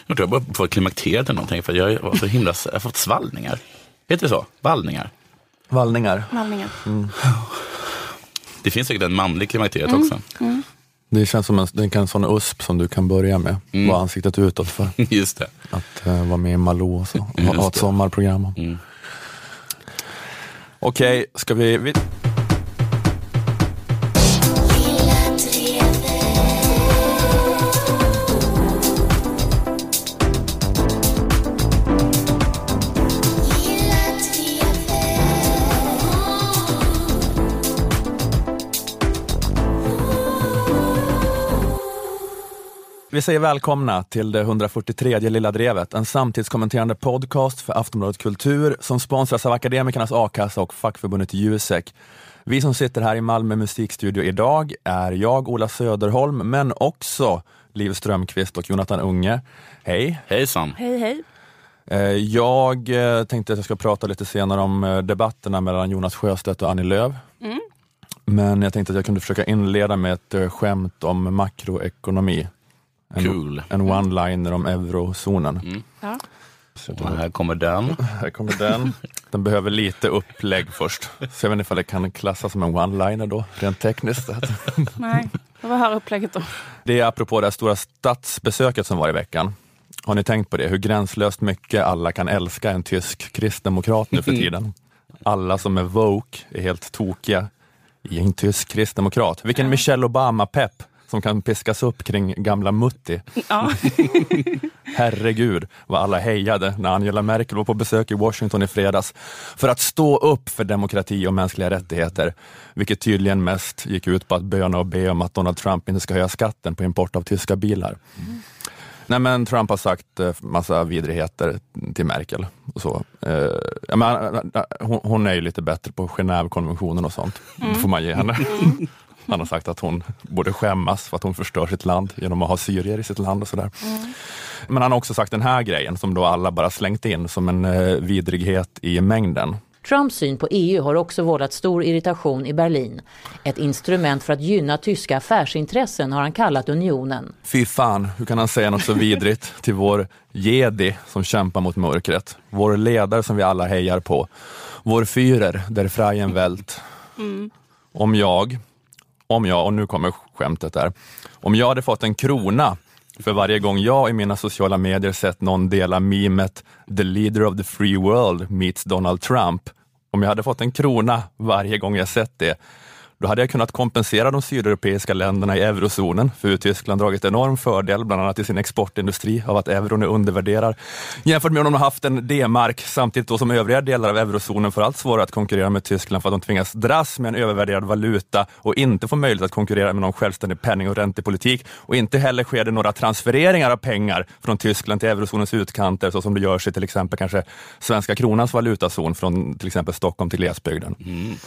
Jag tror jag bara får klimakteriet eller någonting för jag var så himla... Jag har fått svallningar. Heter det så? Vallningar? Vallningar. Mm. Det finns säkert en manlig klimakteriet också. Mm. Det känns som en sån USP som du kan börja med. Vad ansiktet utåt för. Just det. Att vara med i Malou och så. Ha ett sommarprogram. Okej, ska vi... Vi säger välkomna till det 143 Lilla Drevet, en samtidskommenterande podcast för Aftonbladet Kultur som sponsras av Akademikernas A-kassa och fackförbundet Jusek. Vi som sitter här i Malmö musikstudio idag är jag, Ola Söderholm, men också Liv Strömqvist och Jonathan Unge. Hej! Hejsan! Hej. Jag tänkte att jag ska prata lite senare om debatterna mellan Jonas Sjöstedt och Annie Lööf. Men jag tänkte att jag kunde försöka inleda med ett skämt om makroekonomi. En one-liner om eurozonen. Ja. Och här kommer den. Den behöver lite upplägg först. Så jag vet inte ifall det kan klassas som en one-liner då, rent tekniskt. Nej, vad har upplägget då? Det är apropå det här stora statsbesöket som var i veckan. Har ni tänkt på det? Hur gränslöst mycket alla kan älska en tysk kristdemokrat nu för tiden. Alla som är woke är helt tokiga i en tysk kristdemokrat. Vilken Michelle Obama-pepp som kan piskas upp kring gamla Mutti. Ja. Herregud, vad alla hejade när Angela Merkel var på besök i Washington i fredags för att stå upp för demokrati och mänskliga rättigheter, vilket tydligen mest gick ut på att böna och be om att Donald Trump inte ska höja skatten på import av tyska bilar. Nej, men Trump har sagt massa vidrigheter till Merkel och så. Hon är ju lite bättre på Genèvekonventionen och sånt. Det får man ge henne. Han har sagt att hon borde skämmas för att hon förstör sitt land genom att ha syrier i sitt land och sådär. Men han har också sagt den här grejen som då alla bara slängt in som en vidrighet i mängden. Trumps syn på EU har också vållat stor irritation i Berlin. Ett instrument för att gynna tyska affärsintressen har han kallat unionen. Fy fan, hur kan han säga något så vidrigt till vår Jedi som kämpar mot mörkret? Vår ledare som vi alla hejar på. Vår Führer, der freien Welt. Om jag, och nu kommer skämtet där. Om jag hade fått en krona för varje gång jag i mina sociala medier sett någon dela memet The leader of the free world meets Donald Trump. Om jag hade fått en krona varje gång jag sett det, då hade jag kunnat kompensera de sydeuropeiska länderna i eurozonen, för Tyskland dragit enorm fördel bland annat i sin exportindustri av att euron är undervärderad jämfört med om de har haft en D-mark, samtidigt då som övriga delar av eurozonen får allt svårare att konkurrera med Tyskland för att de tvingas dras med en övervärderad valuta och inte får möjlighet att konkurrera med någon självständig penning- och räntepolitik, och inte heller sker det några transfereringar av pengar från Tyskland till eurozonens utkanter så som det görs i till exempel kanske svenska kronans valutazon från till exempel Stockholm till glesbygden.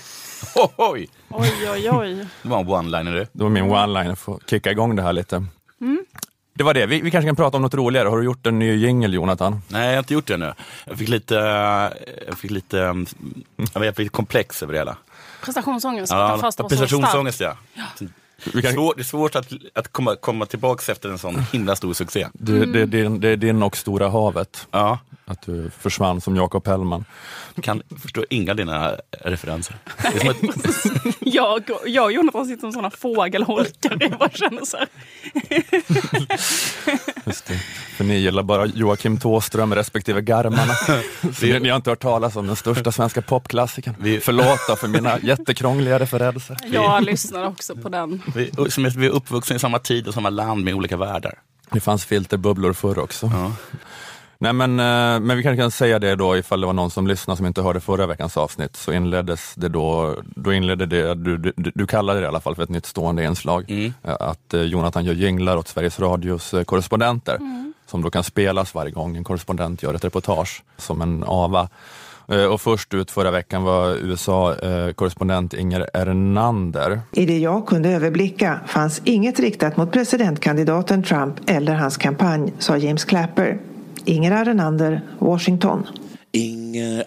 Oj. Det var en one-liner det. Det var min one-liner för att kicka igång det här lite. Det var det. Vi kanske kan prata om något roligare. Har du gjort en ny jingle, Jonathan? Nej, jag har inte gjort det ännu. Jag fick lite komplex över det hela. Prestationsångest. Prestationsångest, ja. Det är svårt att komma tillbaka efter en sån himla stor succé. Det är din och Stora havet. Ja. Att du försvann som Jakob Hellman. Kan förstå inga dina referenser. Det är som att... jag och Jonathan sitter som sådana fågelholkare. Jag bara känner så här. Just det. För ni gillar bara Joakim Tåström respektive Garmarna. Ni har inte hört talas om den största svenska popklassikern. Förlåta för mina jättekrångliga referenser. Jag lyssnar också på den. Vi är uppvuxna i samma tid och samma land med olika världar. Det fanns filterbubblor förr också. Ja. Nej, men vi kan säga det då, ifall det var någon som lyssnade som inte hörde förra veckans avsnitt, så inleddes det då inledde det, du kallade det i alla fall för ett nytt stående inslag, att Jonathan gör jinglar åt Sveriges Radios korrespondenter, som då kan spelas varje gång en korrespondent gör ett reportage som en AVA. Och först ut förra veckan var USA-korrespondent Inger Ernander. I det jag kunde överblicka fanns inget riktat mot presidentkandidaten Trump eller hans kampanj, sa James Clapper. Inger Ernander, Washington. Inger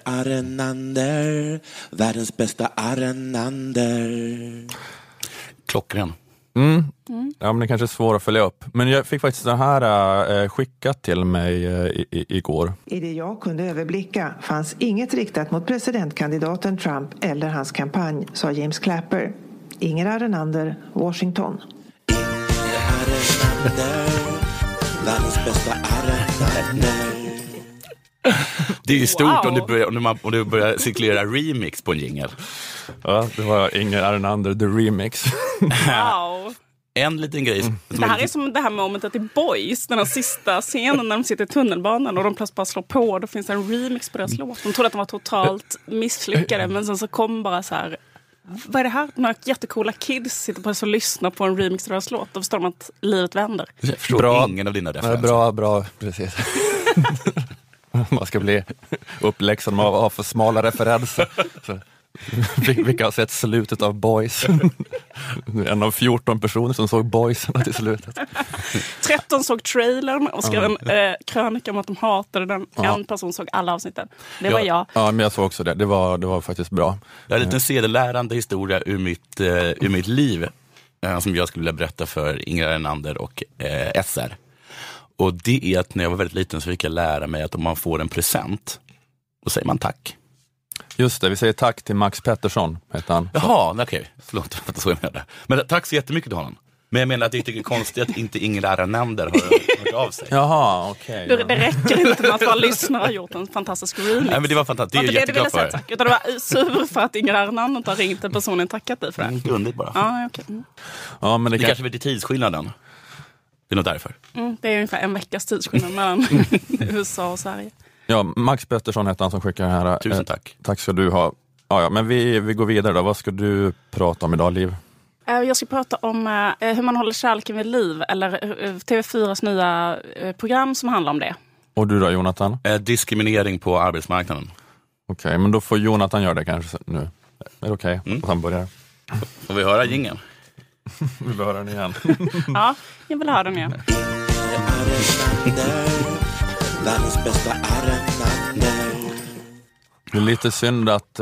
Ernander, världens bästa Ernander. Klockren. Ja, men det kanske är svårt att följa upp. Men jag fick faktiskt det här skickat till mig igår. I det jag kunde överblicka fanns inget riktat mot presidentkandidaten Trump eller hans kampanj, sa James Clapper. Inger Arenander, Washington. Världens bästa Det är ju stort om du börjar cirkulera remix på en jingle. Ja, det var Inger Arenander, the remix. Wow. En liten grej. Det här är som det här momentet i Boys, den här sista scenen när de sitter i tunnelbanan och de plötsligt bara slår på och då finns en remix på deras låt. De trodde att de var totalt misslyckade, men sen så kom bara så här: vad är det här? Några jättecoola kids sitter på och lyssnar på en remix av deras låt. Då förstår de att livet vänder. Jag förstår ingen av dina referenser. Bra, precis. Man ska bli uppläxad med att ha för smala referenser. Så, vilka har sett slutet av Boys? En av 14 personer som såg Boys till slutet. 13 såg trailern och skrev en krönika om att de hatade den. En person såg alla avsnitten. Det var jag. Ja, men jag såg också det. Det var faktiskt bra. Jag har en liten sedelärande historia ur mitt liv som jag skulle vilja berätta för Inger Arenander och SR. Och det är att när jag var väldigt liten så fick jag lära mig att om man får en present, då säger man tack. Just det, vi säger tack till Max Pettersson, heter han. Jaha, okej. Förlåt, för att så jag menade. Men tack så jättemycket till honom. Men jag menar att det är konstigt att inte Inger Arenander har hört av sig. Jaha, okej. Det räcker inte med att våra lyssnare har gjort en fantastisk remix. Nej, men det var fantastiskt. Det är jag jätteglad för. Tack. Utan du var sur för att Inger Arenander inte har ringt en person och tackat dig för det. Grundigt bara. Ja, okej. Ja, men det kanske blir tidsskillnaden. Det är nog därför. Det är ungefär en veckas tidsskillnad mellan USA och Sverige. Ja, Max Pettersson heter han som skickar den här. Tusen tack. Tack ska du ha. Ja, men vi går vidare då. Vad ska du prata om idag, Liv? Jag ska prata om hur man håller kärleken vid liv, eller TV4s nya program som handlar om det. Och du då, Jonathan? Diskriminering på arbetsmarknaden. Okej, men då får Jonathan göra det kanske nu. Är det okej? Att han börjar? Får vi höra jingeln? Vi vill höra den igen. Ja, jag vill höra den igen. Världens bästa Arenander. Det är lite synd att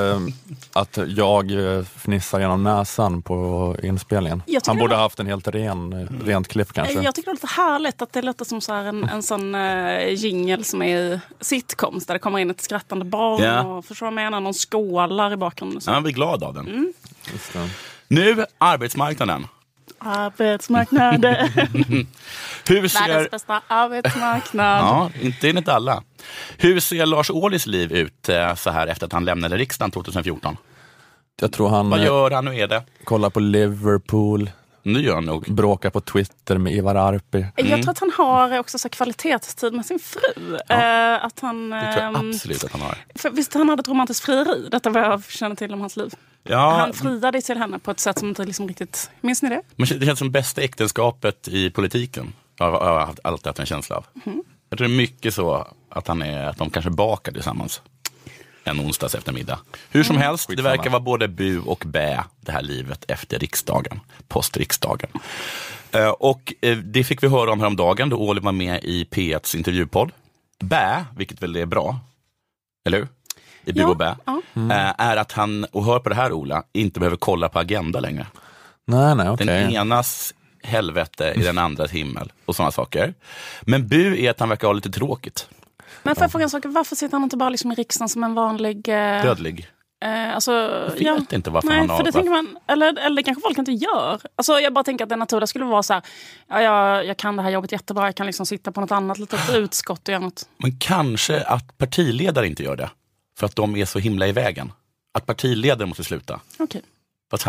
jag fnissar genom näsan på inspelningen. Han borde ha haft en helt rent klipp kanske. Jag tycker det är lite härligt att det låter som så här en sån jingle som är i sitcoms där det kommer in ett skrattande barn och förstår vad jag menar, någon skålar i bakgrunden. Ja, jag blir glad av den. Just det. Nu, arbetsmarknaden. Arbetsmarknaden. Hur ser... Världens bästa arbetsmarknad. Ja, inte alla. Hur ser Lars Ohlys liv ut så här efter att han lämnade riksdagen 2014? Jag tror han... Vad gör han? Nu är det? Kollar på Liverpool. Nu gör han nog. Bråkar på Twitter med Ivar Arpi. Jag tror att han har också så kvalitetstid med sin fru. Att han, det tror jag absolut att han har. För visst, han hade ett romantiskt frieri. Detta var jag känner till om hans liv. Ja. Han friade till henne på ett sätt som inte liksom riktigt... Minns ni det? Men det känns som bästa äktenskapet i politiken. Jag har alltid haft en känsla av. Jag tror det är mycket så att de kanske bakar tillsammans en onsdags eftermiddag. Hur som helst, det verkar vara både bu och bä det här livet efter riksdagen, postriksdagen. Och det fick vi höra om häromdagen då Ohly var med i P1s intervjupodd. Bä, vilket väl är bra, eller hur? I bu och bä. Är att han, och hör på det här Ola, inte behöver kolla på agenda längre. Nej, okej. Den enas helvete i den andras himmel och sådana saker. Men bu är att han verkar ha lite tråkigt. Men för jag fråga en sak, varför sitter han inte bara liksom i riksdagen som en vanlig... Dödlig. Alltså, jag vet inte varför nej, han har... För det tänker man, eller kanske folk inte gör. Alltså, jag bara tänker att det naturliga skulle vara så här, jag kan det här jobbet jättebra, jag kan liksom sitta på något annat litet utskott och göra något. Men kanske att partiledare inte gör det. För att de är så himla i vägen. Att partiledare måste sluta. Okej. Fast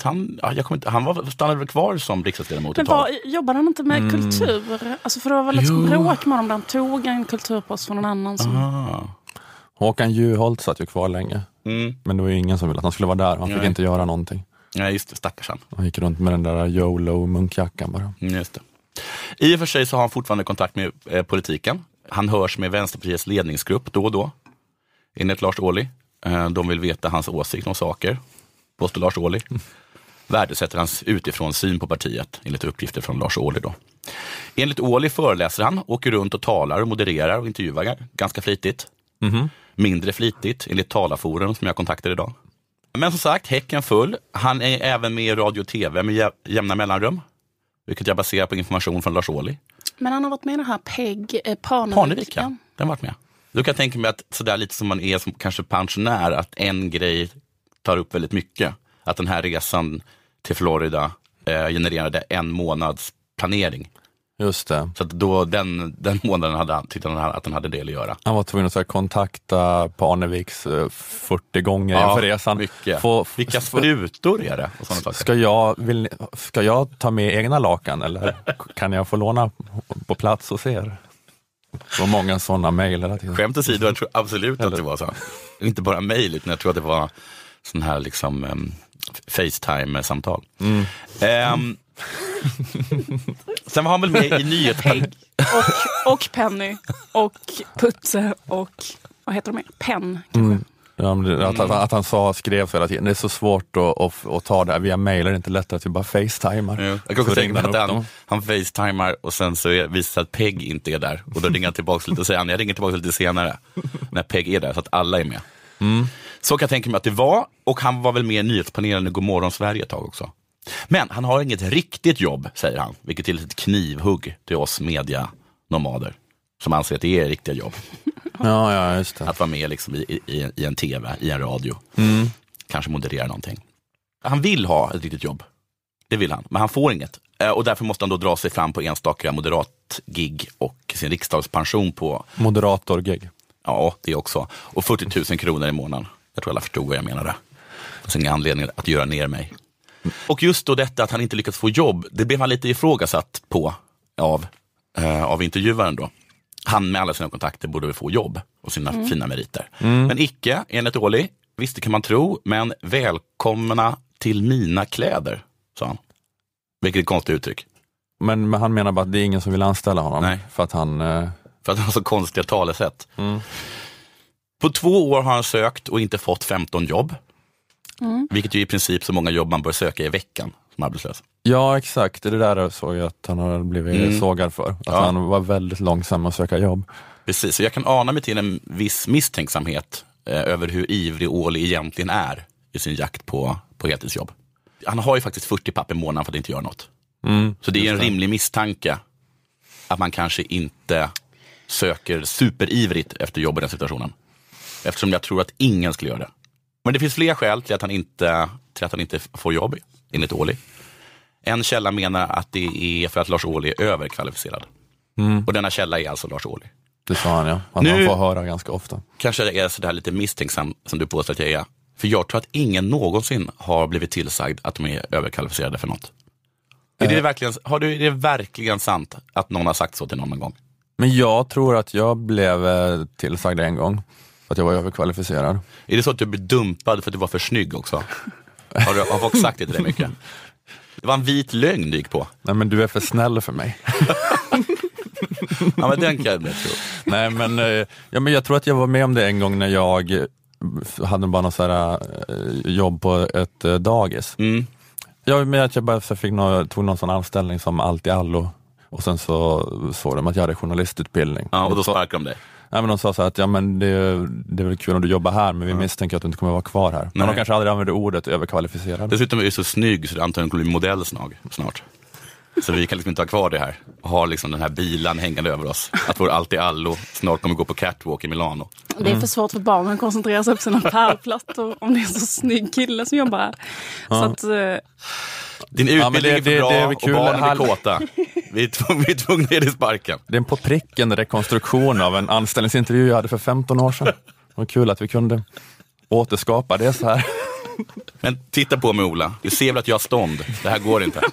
han stannade väl kvar som riksdagsledamot. Men jobbade han inte med kultur? Alltså för det var väl ett bråk med honom där han tog en kulturpost från någon annan. Håkan Juholt satt ju kvar länge. Men det var ju ingen som ville att han skulle vara där. Han fick inte göra någonting. Nej, just det. Stackars han. Han gick runt med den där YOLO-munkjackan bara. Just det. I och för sig så har han fortfarande kontakt med politiken. Han hörs med Vänsterpartiets ledningsgrupp då och då. Enligt Lars Ohly. De vill veta hans åsikt om saker. Påstår Lars Ohly. Värdesätter hans utifrån syn på partiet, enligt uppgifter från Lars Ohly då. Enligt Ohly föreläser han, åker runt och talar och modererar och intervjuar ganska flitigt. Mindre flitigt, enligt Talarforum som jag kontaktade idag. Men som sagt, häcken full. Han är även med i radio och tv med jämna mellanrum. Vilket jag baserar på information från Lars Ohly. Men han har varit med i den här Parnevik, ja. Den har varit med. Då kan jag tänka mig att sådär lite som man är som kanske pensionär, att en grej tar upp väldigt mycket. Att den här resan till Florida genererade 1 månads planering. Just det. Så att då den månaden tyckte han att han hade del att göra. Han var tvungen att kontakta Parneviks 40 gånger inför resan. Mycket. Vilka sprutor är det? Och sådana Ska jag ta med egna lakan eller kan jag få låna på plats hos er? Det var många sådana mejl hela tiden. Skämt åsido, jag tror absolut att det var så. Inte bara mejl, utan jag tror att det var sån här liksom FaceTime-samtal. Sen var han väl med i nyhetspanelen. Och Penny och Putte och vad heter de mer? Penn kanske. Att han skrev hela tiden. Det är så svårt att ta det via mejl. Det är inte lättare att vi bara facetimar. Ja. Jag kan också tänka mig att han facetimar och sen så visar att Peg inte är där. Och då ringer han tillbaka lite och säger jag ringer tillbaka lite senare när Peg är där så att alla är med. Så kan jag tänka mig att det var. Och han var väl med i nyhetspanelen i Godmorgon Sverige ett tag också. Men han har inget riktigt jobb, säger han. Vilket är ett knivhugg till oss media-nomader som anser att det är riktiga jobb. Ja, just det. Att vara med liksom i en tv, i en radio. Kanske moderera någonting. Han vill ha ett riktigt jobb. Det vill han, men han får inget. Och därför måste han då dra sig fram på enstaka moderat-gig och sin riksdagspension på... Moderator-gig. Ja, det också. Och 40 000 kronor i månaden. Jag tror alla förstod vad jag menade. Det finns ingen anledning att göra ner mig. Och just då detta att han inte lyckats få jobb, det blev han lite ifrågasatt på av intervjuaren då. Han med alla sina kontakter borde väl få jobb och sina fina meriter. Men icke, enligt Ohly. Visst, det kan man tro, men välkomna till mina kläder, sa han. Vilket är ett konstigt uttryck. Men han menar bara att det är ingen som vill anställa honom. Nej. För att han har så konstiga talesätt. På 2 år har han sökt och inte fått 15 jobb. Vilket ju i princip så många jobb man bör söka i veckan som arbetslös. Ja, exakt. Det där såg jag att han har blivit sågad för. Att han var väldigt långsam att söka jobb. Precis, så jag kan ana mig till en viss misstänksamhet över hur ivrig Ohly egentligen är i sin jakt på heltidsjobb. Han har ju faktiskt 40 papp i månaden för att inte göra något. Så det är en rimlig misstanke att man kanske inte söker superivrigt efter jobb i den situationen. Eftersom jag tror att ingen skulle göra det. Men det finns fler skäl till att han inte får jobb, enligt Ohly. En källa menar att det är för att Lars Ohly är överkvalificerad. Och denna källa är alltså Lars Ohly. Det sa han, ja. Han får höra ganska ofta. Kanske jag är sådär lite misstänksam som du påstår att jag är. För jag tror att ingen någonsin har blivit tillsagd att de är överkvalificerade för något. Är det verkligen sant att någon har sagt så till någon en gång? Men jag tror att jag blev tillsagd en gång att jag var överkvalificerad. Är det så att du blev dumpad för att du var för snygg också? Har folk sagt det till dig mycket? Det var en vit lögn du gick på. Nej, men du är för snäll för mig. Ja, men den kan jag tro. Nej, men jag tror att jag var med om det en gång när jag hade bara något så här jobb på ett dagis. Jag var med att jag bara tog någon sån anställning som allt i allo. Och sen så såg de att jag hade journalistutbildning. Ja, och då sparkade de dig. Ja, men de sa så här att det är väl kul om du jobbar här, men vi misstänker att du inte kommer att vara kvar här. Men de kanske aldrig använder ordet överkvalificerad. Dessutom är du så snygg så du antagligen kommer bli modell snart. Så vi kan liksom inte ha kvar det här. Och ha liksom den här bilan hängande över oss. Att vår allt i allo snart kommer gå på catwalk i Milano. Det är för svårt för barnen att koncentrera sig på sina pärlplattor om det är en så snygg kille som jobbar här. Så att... Din utbildning är för bra och barnen är kåta. Vi är tvungna att ge dig sparken. Det är en på pricken rekonstruktion av en anställningsintervju jag hade för 15 år sedan. Det var kul att vi kunde återskapa det så här. Men titta på mig, Ola. Du ser väl att jag har stånd. Det här går inte.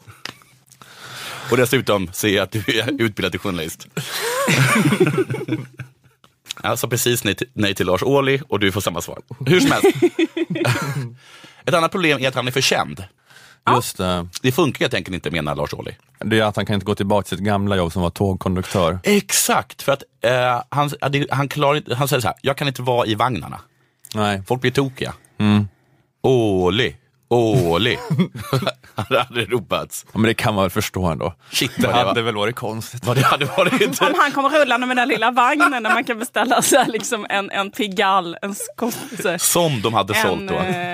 Och dessutom ser jag att du är utbildad till journalist. Alltså precis nej till Lars Ohly och du får samma svar. Hur som helst. Ett annat problem är att han är för känd. Just det. Det funkar helt enkelt inte, menar Lars Ohly. Det är att han kan inte gå tillbaka till sitt gamla jobb som var tågkonduktör. Exakt, för att han säger så här: jag kan inte vara i vagnarna. Nej. Folk blir tokiga. Ohly, Ohly. hade det ropats. Ja, men det kan man väl förstå ändå. Shit, Det hade väl varit konstigt. vad det hade varit. Om han kommer rullande med den lilla vagnen där man kan beställa så här, liksom en Pigalle, en skotse. Som de hade sålt då.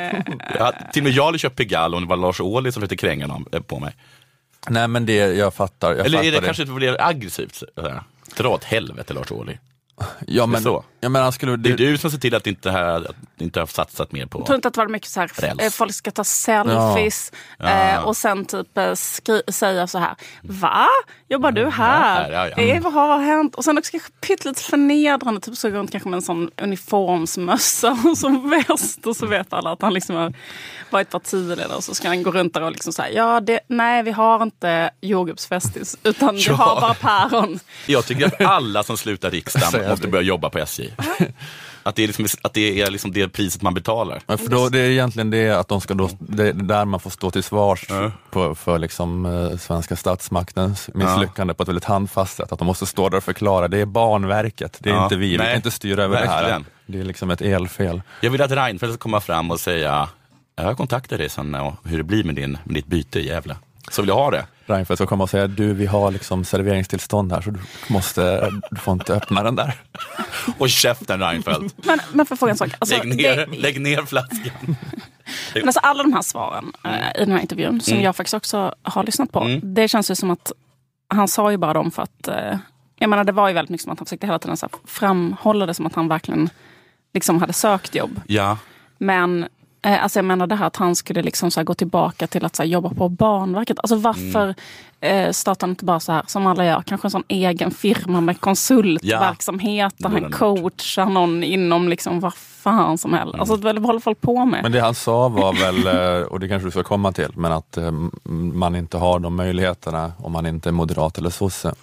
Till och med jag hade köpt Pigalle och det var Lars Ohly som försökte kränga dem på mig. Nej, men det, jag fattar. Eller är det fattar kanske inte blir aggressivt? Dra åt helvete, Lars Ohly. Ja, men, så. ja, men han skulle... Det är du som ser till att inte har satsat mer på. Jag tror inte att det var mycket så här, Räls. folk ska ta selfies och sen typ säga så här: va? Jobbar du här? Vad har hänt? Och sen också kanske pyttelite förnedrande, typ så går runt kanske med en sån uniformsmössa och som väst, och så vet alla att han liksom har varit partiledare, och så ska han gå runt där och liksom säga: nej, vi har inte jordgubbsfestis utan vi har bara päron. Jag tycker att alla som slutar riksdagen måste börja jobba på SJ. Att det är liksom det priset man betalar. Ja, för då, det är egentligen det att de ska då, det är där man får stå till svars för liksom svenska statsmaktens misslyckande på ett väldigt handfast sätt. Att de måste stå där och förklara. Det är Banverket, det är inte vi. Vi kan inte styra över det här. Det är liksom ett elfel. Jag vill att Reinfeldt ska komma fram och säga: jag kontaktar dig sen och hur det blir med ditt byte i Gävle. Så vill jag ha det. Reinfeldt ska komma och säga: vi har liksom serveringstillstånd här, så du får inte öppna den där. Och käften, Reinfeldt. Men för fråga en sak. Alltså, lägg ner flaskan. Men alltså alla de här svaren i den här intervjun som jag faktiskt också har lyssnat på, det känns ju som att han sa ju bara dem för att jag menar, det var ju väldigt mycket som att han försökte hela tiden så här framhålla det som att han verkligen liksom hade sökt jobb. Ja. Men alltså jag menar det här att han skulle liksom så här gå tillbaka till att så här jobba på Banverket. Alltså varför startar han inte bara så här som alla gör, kanske en sån egen firma med konsultverksamhet där han coachar någon inom liksom vad fan som helst. Alltså vad håller folk på med? Men det han sa var väl, och det kanske du ska komma till, men att man inte har de möjligheterna om man inte är moderat eller sosse.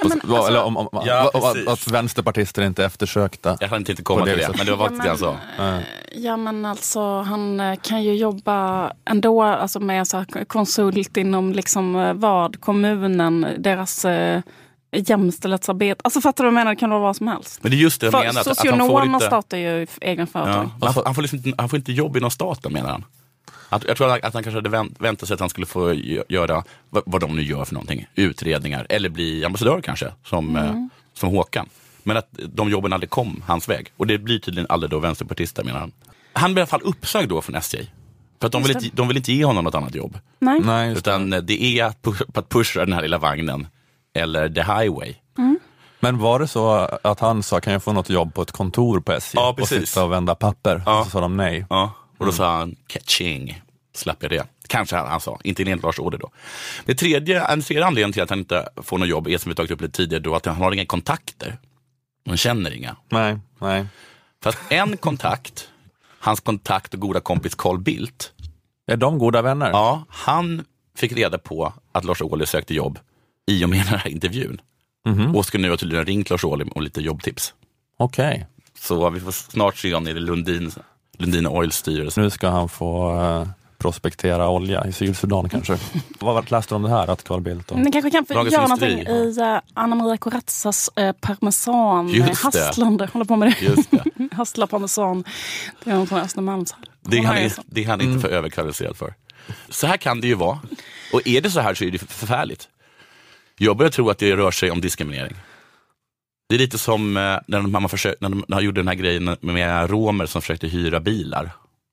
Eller att vänsterpartister inte är eftersökta. Jag kan inte komma till det, men det var faktiskt det han sa. Ja, men alltså han kan ju jobba ändå alltså med så här konsult inom liksom kommunen, deras jämställdhetsarbete. Alltså fattar du vad jag menar? Det kan vara vad som helst. Men det är just det jag menar. Socionomerna startar ju egen företag. Ja, han får inte jobb inom staten, menar han. Jag tror att han kanske hade väntat sig att han skulle få göra vad de nu gör för någonting. Utredningar. Eller bli ambassadör kanske, som Håkan. Men att de jobben aldrig kom hans väg. Och det blir tydligen aldrig då vänsterpartister, menar han. Han blir i alla fall uppsagd då från SJ. För att de vill inte ge honom något annat jobb. Nej. Utan det är att pusha den här lilla vagnen. Eller the highway. Men var det så att han sa: kan jag få något jobb på ett kontor på SJ? Ja, och sitta och vända papper? Ja. Och så sa de nej. Ja, och då sa han catching. Slapp jag det. Kanske han sa. Inte enligt Lars Ohly då. En tredje anledning till att han inte får något jobb är, som vi tagit upp lite tidigare, då, att han har inga kontakter. Han känner inga. Nej. Fast en kontakt, hans kontakt och goda kompis Carl Bildt. Är de goda vänner? Ja, han fick reda på att Lars Ohly sökte jobb i och med den här intervjun. Och ska nu ha tydligen ringt Lars Ohly om lite jobbtips. Okej. Så vi får snart se om det är Lundin Oils styrelse. Nu ska han få prospektera olja i Sydsudan kanske. Vad läste du om det här, att Carl Bildt? Ni kanske kan få göra någonting i Anna Maria Corazzas parmesan. Hastlande, håller på med det. Just det. Hastla parmesan. Det är någon från Östermalmshall. Det är han inte för överkvalificerad för. Så här kan det ju vara. Och är det så här så är det förfärligt. Jag börjar tro att det rör sig om diskriminering. Det är lite som när de gjorde den här grejen med romer som försökte hyra bilar.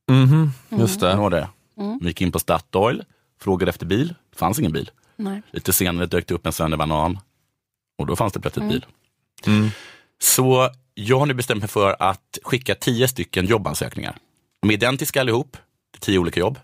Just det. De gick in på Statoil, frågade efter bil. Det fanns ingen bil. Nej. Lite senare dök det upp en sönderbanan. Och då fanns det plötsligt bil. Så jag har nu bestämt mig för att skicka 10 stycken jobbansökningar. De är identiska allihop. 10 olika jobb.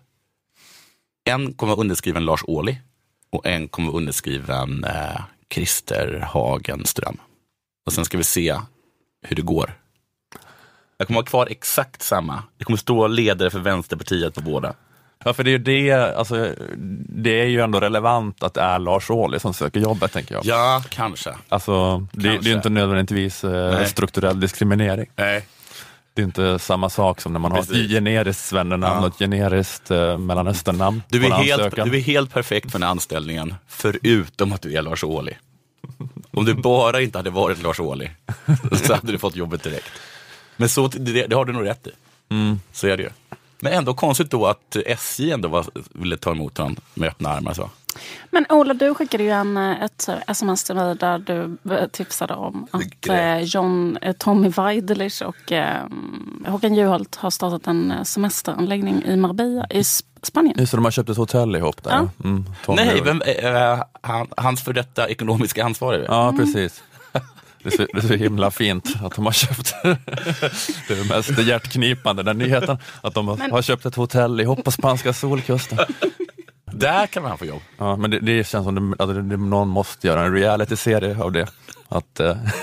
En kommer att underskriven Lars Ohly. Och en kommer att underskriven Christer Hagenström. Och sen ska vi se hur det går. Jag kommer ha kvar exakt samma. Det kommer stå ledare för Vänsterpartiet på båda. Ja, för det är ju det, alltså, det är ju ändå relevant att det är Lars Ohly som söker jobbet, tänker jag. Ja, kanske. Alltså, det är ju inte nödvändigtvis strukturell diskriminering. Nej. Det är inte samma sak som när man har ett generiskt svennenamn och ett generiskt Mellanösternnamn. Du är helt perfekt för den anställningen, förutom att du är Lars Ohly. Om du bara inte hade varit Lars Ohly så hade du fått jobbet direkt. Men så, det har du nog rätt i. Så är det ju. Men ändå konstigt då att SJ ändå ville ta emot honom med öppna armar. Så. Men Ola, du skickade ju ett sms till mig där du tipsade om att Tommy Waidelich och Håkan Juholt har startat en semesteranläggning i Marbella i Spanien. Just det, de har köpt ett hotell ihop där. Ja. Nej, hans för detta ekonomiska ansvarig. Ja, precis. Det är så himla fint att de har köpt. Det är det mest hjärtknipande, den nyheten. Att de har köpt ett hotell ihop på spanska solkusten. Där kan man få jobb. Ja, men det känns som att någon måste göra en reality-serie av det. Att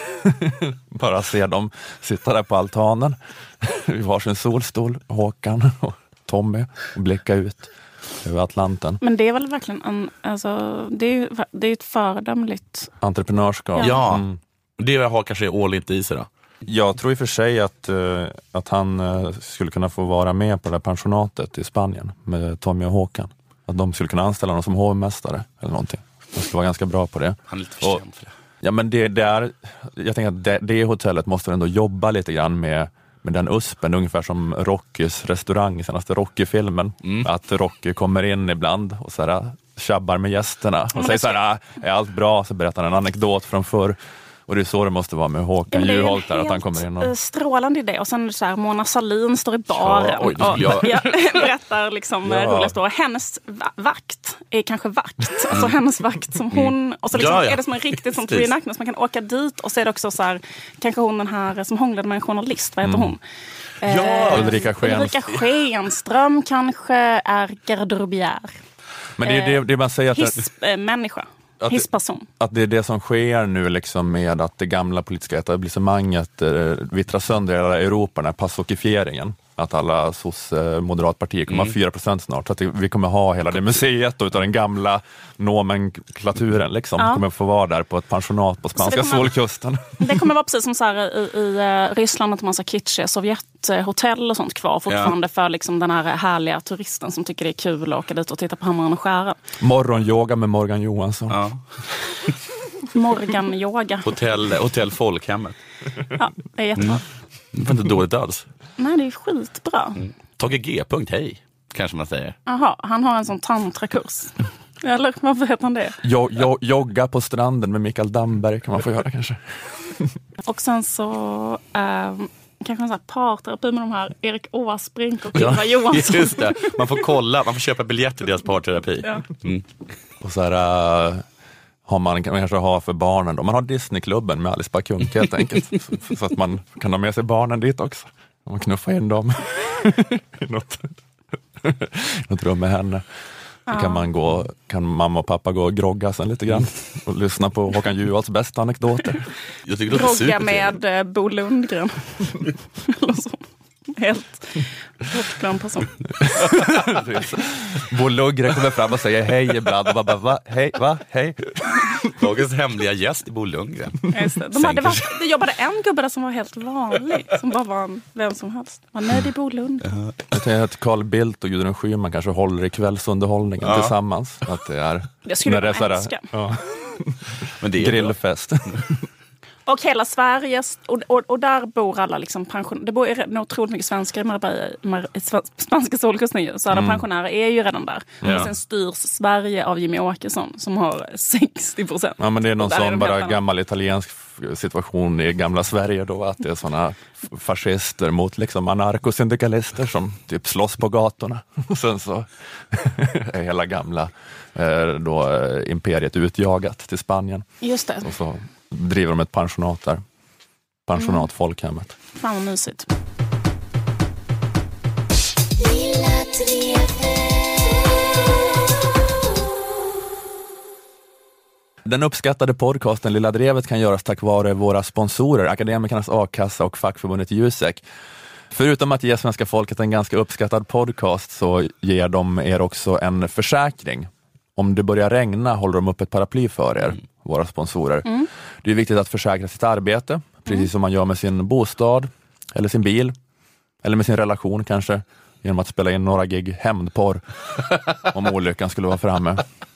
bara se dem sitta där på altanen i varsin solstol, Håkan och Tommy, och blicka ut över Atlanten. Men det är väl verkligen det är ett föredömligt entreprenörskap. Ja, det har kanske all inte i sig då. Jag tror i och för sig att han skulle kunna få vara med på det här pensionatet i Spanien med Tommy och Håkan. Att de skulle kunna anställa honom som hovmästare eller någonting. De skulle vara ganska bra på det. Han är lite för känd för det. Ja, men jag tänker att det hotellet måste ändå jobba lite grann med den uspen, ungefär som Rockys restaurang i senaste Rocky-filmen. Att Rocky kommer in ibland och så här tjabbar med gästerna och säger så här, är allt bra? Så berättar han en anekdot från förr. Och det är så det måste vara med Håkan Juholt där, att han kommer in och... strålande idé. Och sen så här, Mona Sahlin står i baren och berättar liksom roliga historier. Hennes vakt är kanske vakt. Alltså hennes vakt som hon... Och så liksom är det som en riktigt som reenactment. Man kan åka dit och så är det också så här, kanske hon den här som hånglade med en journalist, vad heter hon? Ulrika Schenström kanske är garderobiär. Men det man säger att... människa. Hissperson. Att det är det som sker nu liksom med att det gamla politiska etablissemanget vittrar sönder i hela Europa, den här passokifieringen. Att alla moderatpartier kommer ha 4% snart. Så att vi kommer ha hela det museet utav den gamla nomenklaturen liksom. Kommer få vara där på ett pensionat på spanska solkusten. Det kommer vara precis som så här i Ryssland, att man har kitschiga Sovjethotell och sånt kvar fortfarande för liksom den här härliga turisten som tycker det är kul att åka dit och titta på Hammaren och Skära. Morgonyoga med Morgan Johansson. Ja. Morgan-yoga. Hotell Folkhemmet. Ja, det är jättebra. Det var inte dåligt alls. Nej, det är skitbra. Tage G. Hej, kanske man säger. Jaha, han har en sån tantrakurs. Eller varför heter han det? Jogga på stranden med Mikael Damberg kan man få göra kanske. Och sen så kanske en sån här parterapi med de här Erik Åsbrink och Ylva Johansson. Just det, man får köpa biljetter till deras parterapi. Ja. Och så här... man kanske har för barnen då. Man har Disneyklubben med Alice Bakunke helt enkelt. så att man kan ha med sig barnen dit också. Man knuffar in dem i något rum med henne. Så kan mamma och pappa gå och grogga sen lite grann och lyssna på Håkan Juholts bästa anekdoter. Grogga med Bo Lundgren. Eller så. Helt bortglömd person. Bo Lundgren kommer fram och säger hej ibland och bara hej. Dagens hemliga gäst i Bo Lundgren. Det jobbade en gubbe där som var helt vanlig. Som bara var vem som helst. Nej, det är Bo Lundgren. Jag tänker att Carl Bildt och Gudrun Schyman kanske håller i kvällsunderhållningen tillsammans. Att det skulle jag älska. Men det är grillfest. Och hela Sverige, och där bor alla liksom pensionärer. Det bor otroligt mycket svenskar i spanska solkusten. Så alla pensionärer är ju redan där. Och sen styrs Sverige av Jimmy Åkesson som har 60%. Ja, men det är någon sån bara gammal italiensk situation i gamla Sverige då. Att det är såna fascister mot liksom anarkosyndikalister som typ slåss på gatorna. Och sen så är hela gamla imperiet utjagat till Spanien. Just det. Och så driver de ett pensionat där. Pensionat Folkhemmet. Fan vad mysigt. Den uppskattade podcasten Lilla Drevet kan göras tack vare våra sponsorer, Akademikernas A-kassa och fackförbundet Jusek. Förutom att ge svenska folket en ganska uppskattad podcast så ger de er också en försäkring. Om det börjar regna håller de upp ett paraply för er, våra sponsorer. Det är viktigt att försäkra sitt arbete, precis som man gör med sin bostad, eller sin bil, eller med sin relation kanske, genom att spela in några gig hämndporr om olyckan skulle vara framme.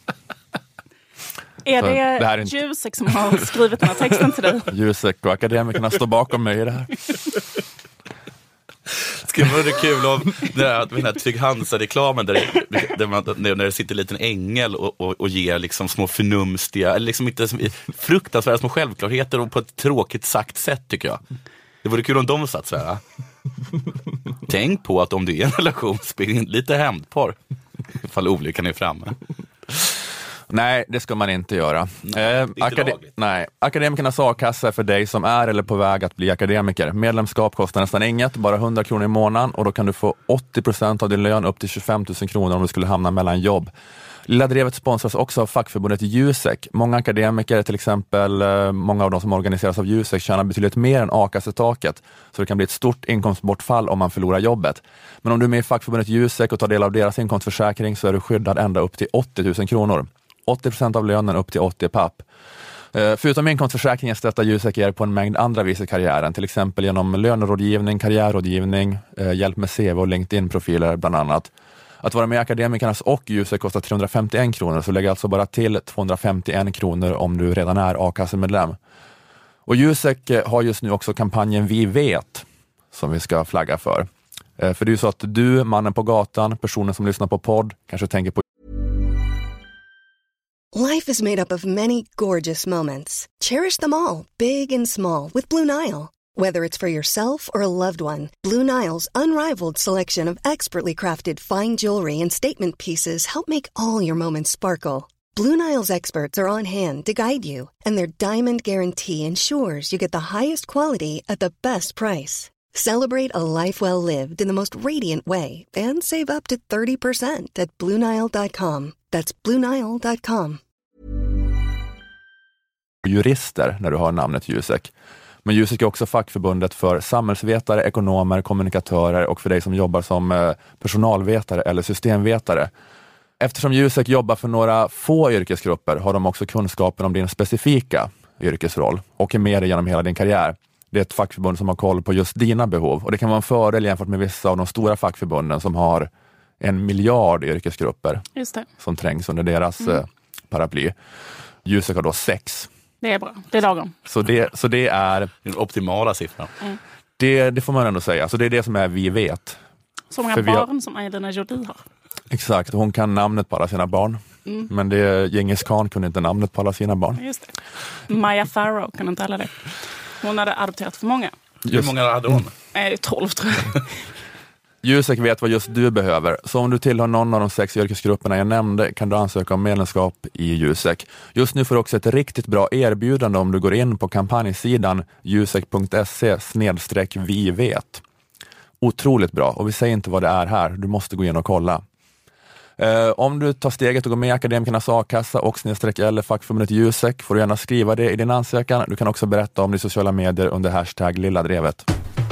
Är det Jusek som har skrivit den här texten till dig? Jusek och akademikerna står bakom mig i det här. Det vara kul om den här Trygg Hansa-reklamen när det sitter en liten ängel och ger liksom små förnumstiga, eller liksom inte fruktansvärda små självklarheter och på ett tråkigt sagt sätt, tycker jag. Det vore kul om de satt så här. Tänk på att om du är i en relation, spela in lite hämndporr ifall olyckan är framme. Nej, det ska man inte göra. Nej, Akademikernas a-kassa är för dig som är eller på väg att bli akademiker. Medlemskap kostar nästan inget, bara 100 kronor i månaden, och då kan du få 80% av din lön upp till 25 000 kronor om du skulle hamna mellan jobb. Lilla Drevet sponsras också av fackförbundet Jusek. Många akademiker, till exempel många av de som organiseras av Jusek, tjänar betydligt mer än a-kassetaket, så det kan bli ett stort inkomstbortfall om man förlorar jobbet. Men om du är med i fackförbundet Jusek och tar del av deras inkomstförsäkring så är du skyddad ända upp till 80 000 kronor. 80% av lönen upp till 80 papp. Förutom inkomstförsäkringen stöttar Jusek er på en mängd andra vis i karriären, till exempel genom lönerådgivning, karriärrådgivning, hjälp med CV och LinkedIn-profiler bland annat. Att vara med i Akademikernas och Jusek kostar 351 kronor, så lägg alltså bara till 251 kronor om du redan är a-kassemedlem. Och Jusek har just nu också kampanjen Vi vet, som vi ska flagga för. För det är ju så att du, mannen på gatan, personen som lyssnar på podd, kanske tänker på Life is made up of many gorgeous moments. Cherish them all, big and small, with Blue Nile. Whether it's for yourself or a loved one, Blue Nile's unrivaled selection of expertly crafted fine jewelry and statement pieces help make all your moments sparkle. Blue Nile's experts are on hand to guide you, and their diamond guarantee ensures you get the highest quality at the best price. Celebrate a life well lived in the most radiant way and save up to 30% at BlueNile.com. That's BlueNile.com. jurister när du har namnet Jusek. Men Jusek är också fackförbundet för samhällsvetare, ekonomer, kommunikatörer och för dig som jobbar som personalvetare eller systemvetare. Eftersom Jusek jobbar för några få yrkesgrupper har de också kunskapen om din specifika yrkesroll och är med dig genom hela din karriär. Det är ett fackförbund som har koll på just dina behov, och det kan vara en fördel jämfört med vissa av de stora fackförbunden som har 1 miljard yrkesgrupper som trängs under deras paraply. Jusek har då 6. Det är bra, det är lagom. Så det är den optimala siffran. Det får man ändå säga. Så det är det som är Vi vet. Så många barn som Angelina Jolie har. Exakt, hon kan namnet på alla sina barn. Men Genghis Khan kunde inte namnet på alla sina barn. Just det. Maya Farrow kunde inte alla det. Hon hade adopterat för många. Hur många hade hon? 12 tror jag. Jusek vet vad just du behöver. Så om du tillhör någon av de 6 yrkesgrupperna jag nämnde kan du ansöka om medlemskap i Jusek. Just nu får du också ett riktigt bra erbjudande om du går in på kampanjsidan jusek.se/vivet. Otroligt bra, och vi säger inte vad det är här. Du måste gå in och kolla. Om du tar steget och går med i Akademikernas a-kassa och /eller fackförbundet Jusek får du gärna skriva det i din ansökan. Du kan också berätta om det i sociala medier under hashtag Lilla Drevet.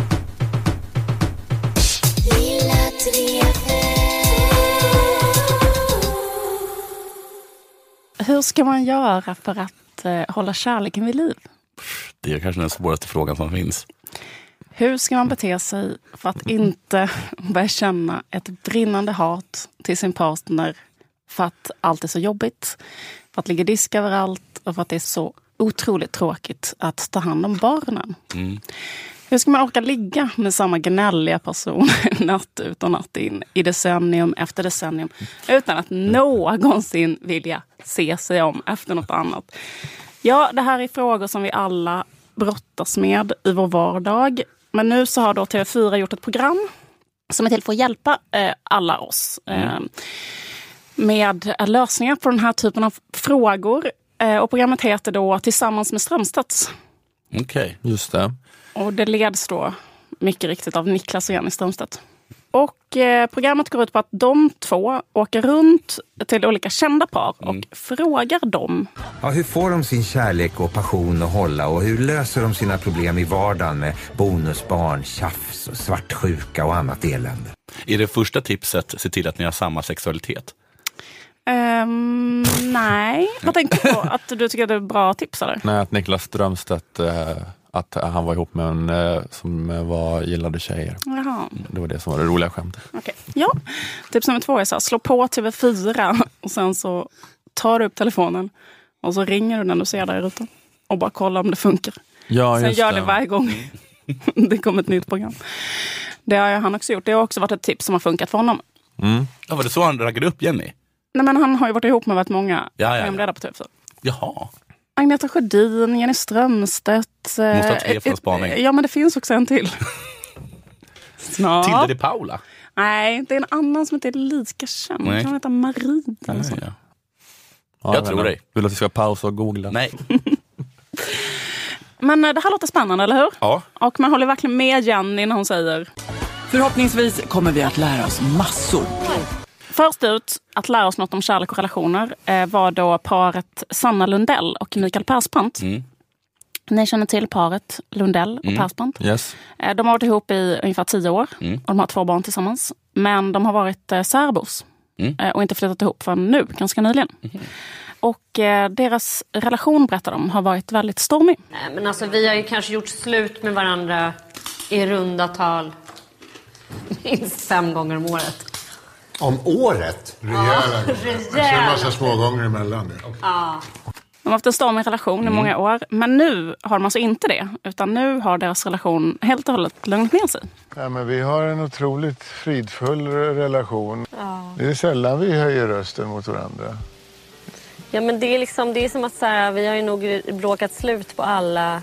Hur ska man göra för att hålla kärleken vid liv? Det är kanske den svåraste frågan som finns. Hur ska man bete sig för att inte börja känna ett brinnande hat till sin partner för att allt är så jobbigt, för att ligga disk överallt och för att det är så otroligt tråkigt att ta hand om barnen? Hur ska man orka ligga med samma gnälliga person natt ut och natt in i decennium efter decennium utan att någonsin vilja se sig om efter något annat? Ja, det här är frågor som vi alla brottas med i vår vardag. Men nu så har då TV4 gjort ett program som är till för att hjälpa alla oss med lösningar på den här typen av frågor. Och programmet heter då Tillsammans med Strömstads. Okej. Just det. Och det leds då mycket riktigt av Niklas igen i Strömstad. Och programmet går ut på att de två åker runt till olika kända par och frågar dem. Ja, hur får de sin kärlek och passion att hålla, och hur löser de sina problem i vardagen med bonusbarn, tjafs och svartsjuka och annat elände? Är det första tipset se till att ni har samma sexualitet? Nej. Vad tänkte du på? Att du tycker att det är bra tips eller? Nej, att Niklas Strömstedt att han var ihop med en som gillade tjejer. Jaha. Det var det som var det roliga skämtet. Okay. Ja, tips nummer 2 är så här, slå på TV4 och sen så tar du upp telefonen och så ringer du när du ser där i rutan och bara kollar om det funkar. Ja, sen gör det varje gång det kommer ett nytt program. Det har han också gjort. Det har också varit ett tips som har funkat för honom. Ja, var det så han raggade upp Jenny? Nej, men han har ju varit ihop med väldigt många programledare på TV4. Jaha. Agneta Sjödin, Jenny Strömstedt. Måste ha 3 från spaning. Ja, men det finns också en till. Snart. Tilde de Paula? Nej, det är en annan som inte är lika känd. Nej. Kan heta Marie eller så. Ja, jag tror dig. Vill att vi ska pausa och googla? Nej. Men det här låter spännande, eller hur? Ja. Och man håller verkligen med Jenny när hon säger... Förhoppningsvis kommer vi att lära oss massor. Först ut att lära oss något om kärlek och relationer var då paret Sanna Lundell och Mikael Persbrandt. Ni känner till paret Lundell och Persbrandt. Yes. De har varit ihop i ungefär 10 år och de har 2 barn tillsammans. Men de har varit särbos och inte flyttat ihop förrän nu, ganska nyligen. Och deras relation, berättar de, har varit väldigt stormig. Men alltså, vi har ju kanske gjort slut med varandra i runda tal minst 5 gånger om året. Om året? Rejäla. Så en massa små gånger emellan. Ja. De har haft en stormig relation i många år. Men nu har de alltså inte det. Utan nu har deras relation helt och hållet lugnat ner sig. Ja, men vi har en otroligt fridfull relation. Det är sällan vi höjer rösten mot varandra. Ja, men det är som att så här, vi har ju nog bråkat slut på alla.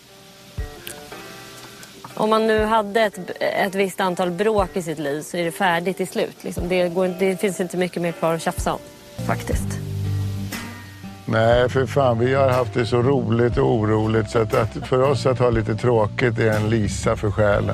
Om man nu hade ett visst antal bråk i sitt liv så är det färdigt till slut. Liksom. Det finns inte mycket mer kvar att tjafsa om, faktiskt. Nej, för fan, vi har haft det så roligt och oroligt så att för oss att ha lite tråkigt är en lisa för själen.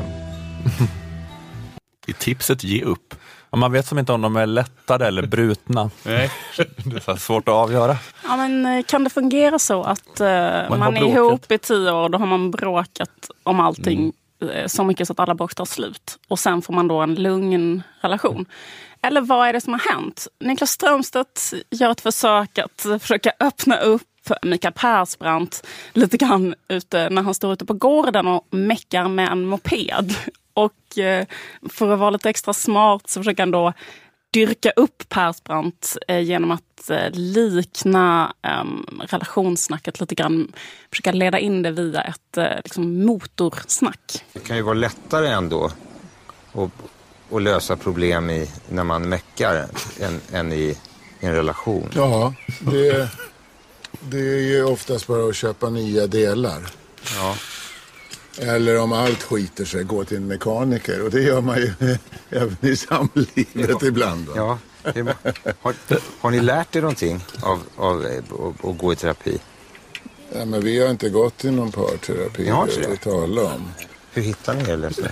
I tipset ge upp. Ja, man vet som inte om de är lättade eller brutna. Nej. Det är så svårt att avgöra. Ja, men kan det fungera så att man är ihop i 10 år, då har man bråkat om allting så mycket så att alla bråk tar slut. Och sen får man då en lugn relation. Eller vad är det som har hänt? Niklas Strömstedt gör ett försök att försöka öppna upp Mikael Persbrandt lite grann ute, när han står ute på gården och meckar med en moped. Och för att vara lite extra smart så försöker han då dyrka upp Persbrandt genom att likna relationssnacket lite grann. Försöka leda in det via ett liksom motorsnack. Det kan ju vara lättare ändå att lösa problem när man meckar än i en relation. Ja, det är ju oftast bara att köpa nya delar. Ja. Eller om allt skiter sig, gå till en mekaniker. Och det gör man ju även i samlivet ibland. Va? Ja. Har ni lärt er någonting av att gå i terapi? Ja, men vi har inte gått i någon parterapi att tala om. Hur hittar ni er lösning?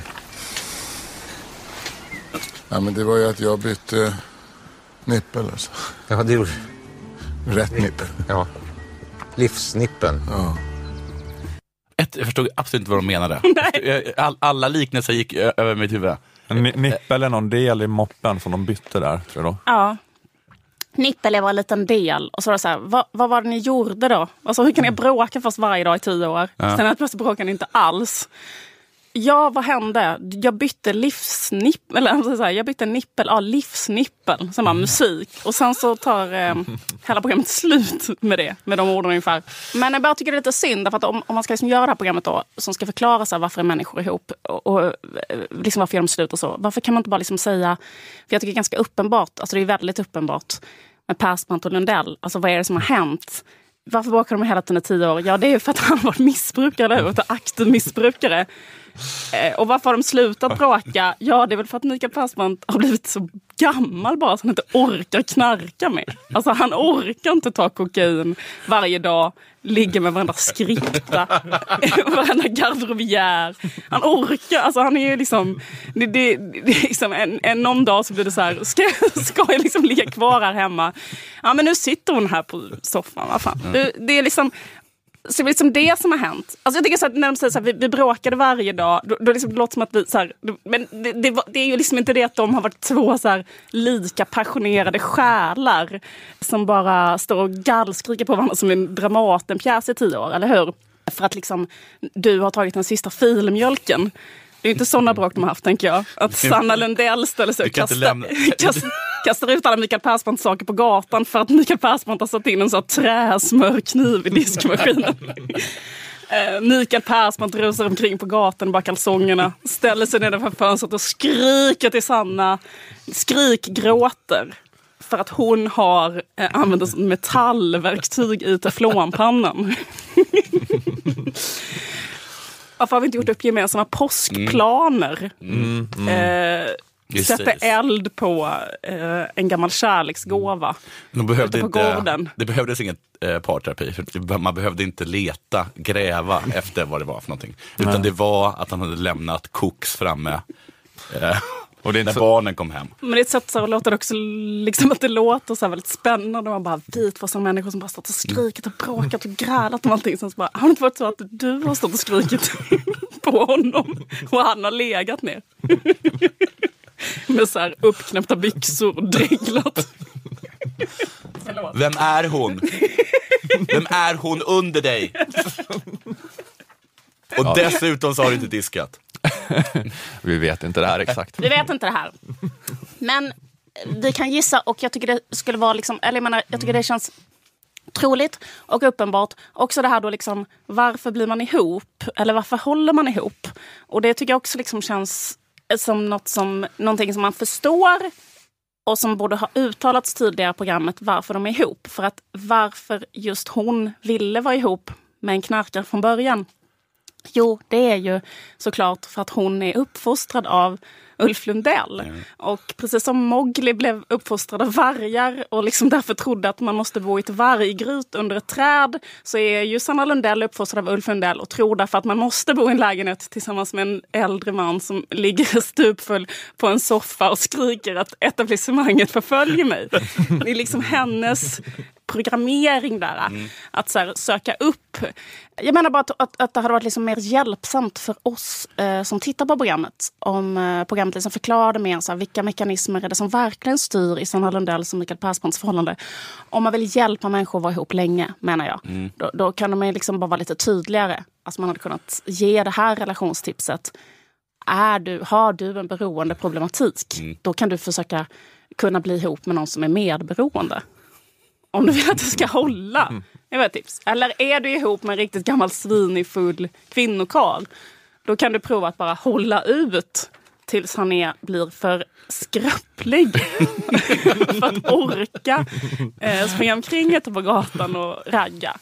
Ja, men det var ju att jag bytte nippel alltså. Ja, det gjorde rätt nippel. Ja. Livsnippeln. Ja. Jag förstod absolut inte vad de menade. Alla liknelser gick över mitt huvud. Nippel är någon del i moppen som de bytte där, tror jag. Ja. Nippel var en liten del. Och så var det så här, vad var det ni gjorde då? Alltså, hur kan ni bråka först varje dag i 10 år? Ja. Sen att plötsligt bråkar ni inte alls. Ja, vad hände? Jag bytte livsnippel, eller så här, jag bytte nippel, livsnippel, som var musik. Och sen så tar hela programmet slut med de orden ungefär. Men jag bara tycker det är lite synd, för att om man ska liksom göra det här programmet då, som ska förklara så här, varför är människor ihop och liksom varför gör de slut och så. Varför kan man inte bara liksom säga, för jag tycker det är ganska uppenbart, alltså det är väldigt uppenbart med Persbrandt och Lundell, alltså vad är det som har hänt? Varför bråkar de hela tiden i 10 år? Ja, det är ju för att han var missbrukare och aktiv missbrukare. Och varför har de slutat bråka? Ja, det är väl för att Mikael Persbrandt har blivit så gammal bara så han inte orkar knarka mer. Alltså han orkar inte ta kokain varje dag, ligga med varandra skripta, varandra garderobiär. Han orkar, alltså han är ju liksom, det är liksom någon dag så blir det så här, ska jag liksom ligga kvar här hemma? Ja, men nu sitter hon här på soffan, vad fan. Det är liksom, så det är liksom det som har hänt. Alltså jag tycker så att när de säger så här, vi bråkade varje dag, då liksom det låter som att vi så här, men det är ju liksom inte det att de har varit 2 så här lika passionerade själar som bara står och gallskriker på varandra som en Dramatenpjäs i 10 år, eller hur? För att liksom du har tagit den sista filmjölken. Det är inte sådana bråk de har haft, tänker jag. Att Sanna Lundell ställer sig och kastar ut alla Mikael Persbrandt saker på gatan för att Mikael Persbrandt har satt in en sån träsmörkniv i diskmaskinen. Mikael Persbrandt rusar omkring på gatan, bara kalsongerna, ställer sig nedanför fönstret och skriker till Sanna. Skrikgråter. För att hon har använt metallverktyg i teflonpannan. Varför har vi inte gjort upp gemensamma påskplaner? Sätta eld på en gammal kärleksgåva. Det behövdes inget parterapi. För man behövde inte gräva efter vad det var för någonting. Utan det var att han hade lämnat koks framme. Och det är när barnen kom hem. Men det är ett sätt så att låta det också liksom att det låter så här väldigt spännande. Man bara vet vad som människor som bara stått och skrikit och bråkat och grälat om allting. Sen så bara, har det inte varit så att du har stått och skrikit på honom och han har legat ner? Med så här uppknäppta byxor och dreglat. Vem är hon? Vem är hon under dig? Och dessutom så har du inte diskat. Vi vet inte det här exakt. Vi vet inte det här. Men vi kan gissa, och jag tycker det skulle vara liksom, eller jag menar, jag tycker det känns troligt och uppenbart. Också det här då liksom, varför blir man ihop? Eller varför håller man ihop? Och det tycker jag också liksom känns som någonting som man förstår och som borde ha uttalats tidigare i programmet varför de är ihop. För att varför just hon ville vara ihop med en knarkare från början. Jo, det är ju såklart för att hon är uppfostrad av Ulf Lundell. Och precis som Mowgli blev uppfostrad av vargar och liksom därför trodde att man måste bo i ett varggryt under ett träd, så är ju Sanna Lundell uppfostrad av Ulf Lundell och tror därför att man måste bo i en lägenhet tillsammans med en äldre man som ligger stupfull på en soffa och skriker att etablissemanget förföljer mig. Det är liksom hennes programmering där. Att så här, söka upp. Jag menar bara att det hade varit liksom mer hjälpsamt för oss som tittar på programmet om programmet liksom förklarade mer så här, vilka mekanismer är det som verkligen styr i Sanna Lundells och Mikael Persbrandts förhållande. Om man vill hjälpa människor att vara ihop länge, menar jag. Då kan de liksom bara vara lite tydligare. Alltså man hade kunnat ge det här relationstipset. Har du en beroende problematik, då kan du försöka kunna bli ihop med någon som är medberoende. Om du vill att det ska hålla. Det var ett tips. Eller är du ihop med en riktigt gammal svinig full kvinnokarl, då kan du prova att bara hålla ut tills han blir för skröplig för att orka springa omkring ute på gatan och ragga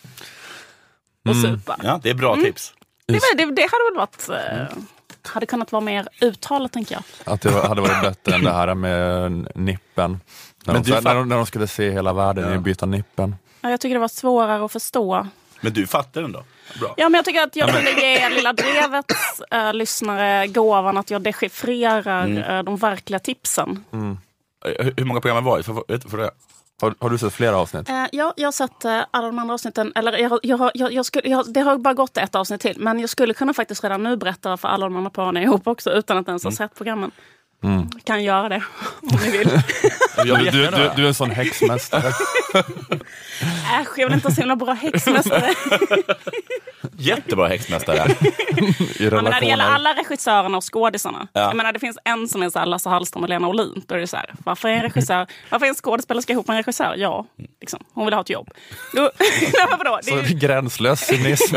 och supa. Ja, det är bra tips. Det hade väl varit hade kunnat vara mer uttalat, tänker jag. Att det hade varit bättre än det här med nippen. När de skulle se hela världen i byta nippen. Ja, jag tycker det var svårare att förstå. Men du fattar den då? Bra. Ja, men jag tycker att jag ville ge Lilla Drevets lyssnare gåvan att jag dechiffrerar de verkliga tipsen. Hur många program var det? För det? Har du sett flera avsnitt? Ja, jag har sett alla de andra avsnitten. Eller det har bara gått ett avsnitt till. Men jag skulle kunna faktiskt redan nu berätta för alla de andra paren är ihop också, utan att ens ha sett programmen. Kan göra det om ni vill. Du är en sån häxmästare. Jag vill inte ha så himla bra häxmästare. Jättebra häxmästare. Men när det gäller alla regissörerna och skådisarna. Jag menar, det finns en som är så här Lasse Hallström och Lena Olin. Då är det så här, varför är en skådespelerska ihop med en regissör? Ja, liksom, hon vill ha ett jobb. Så gränslös cynism.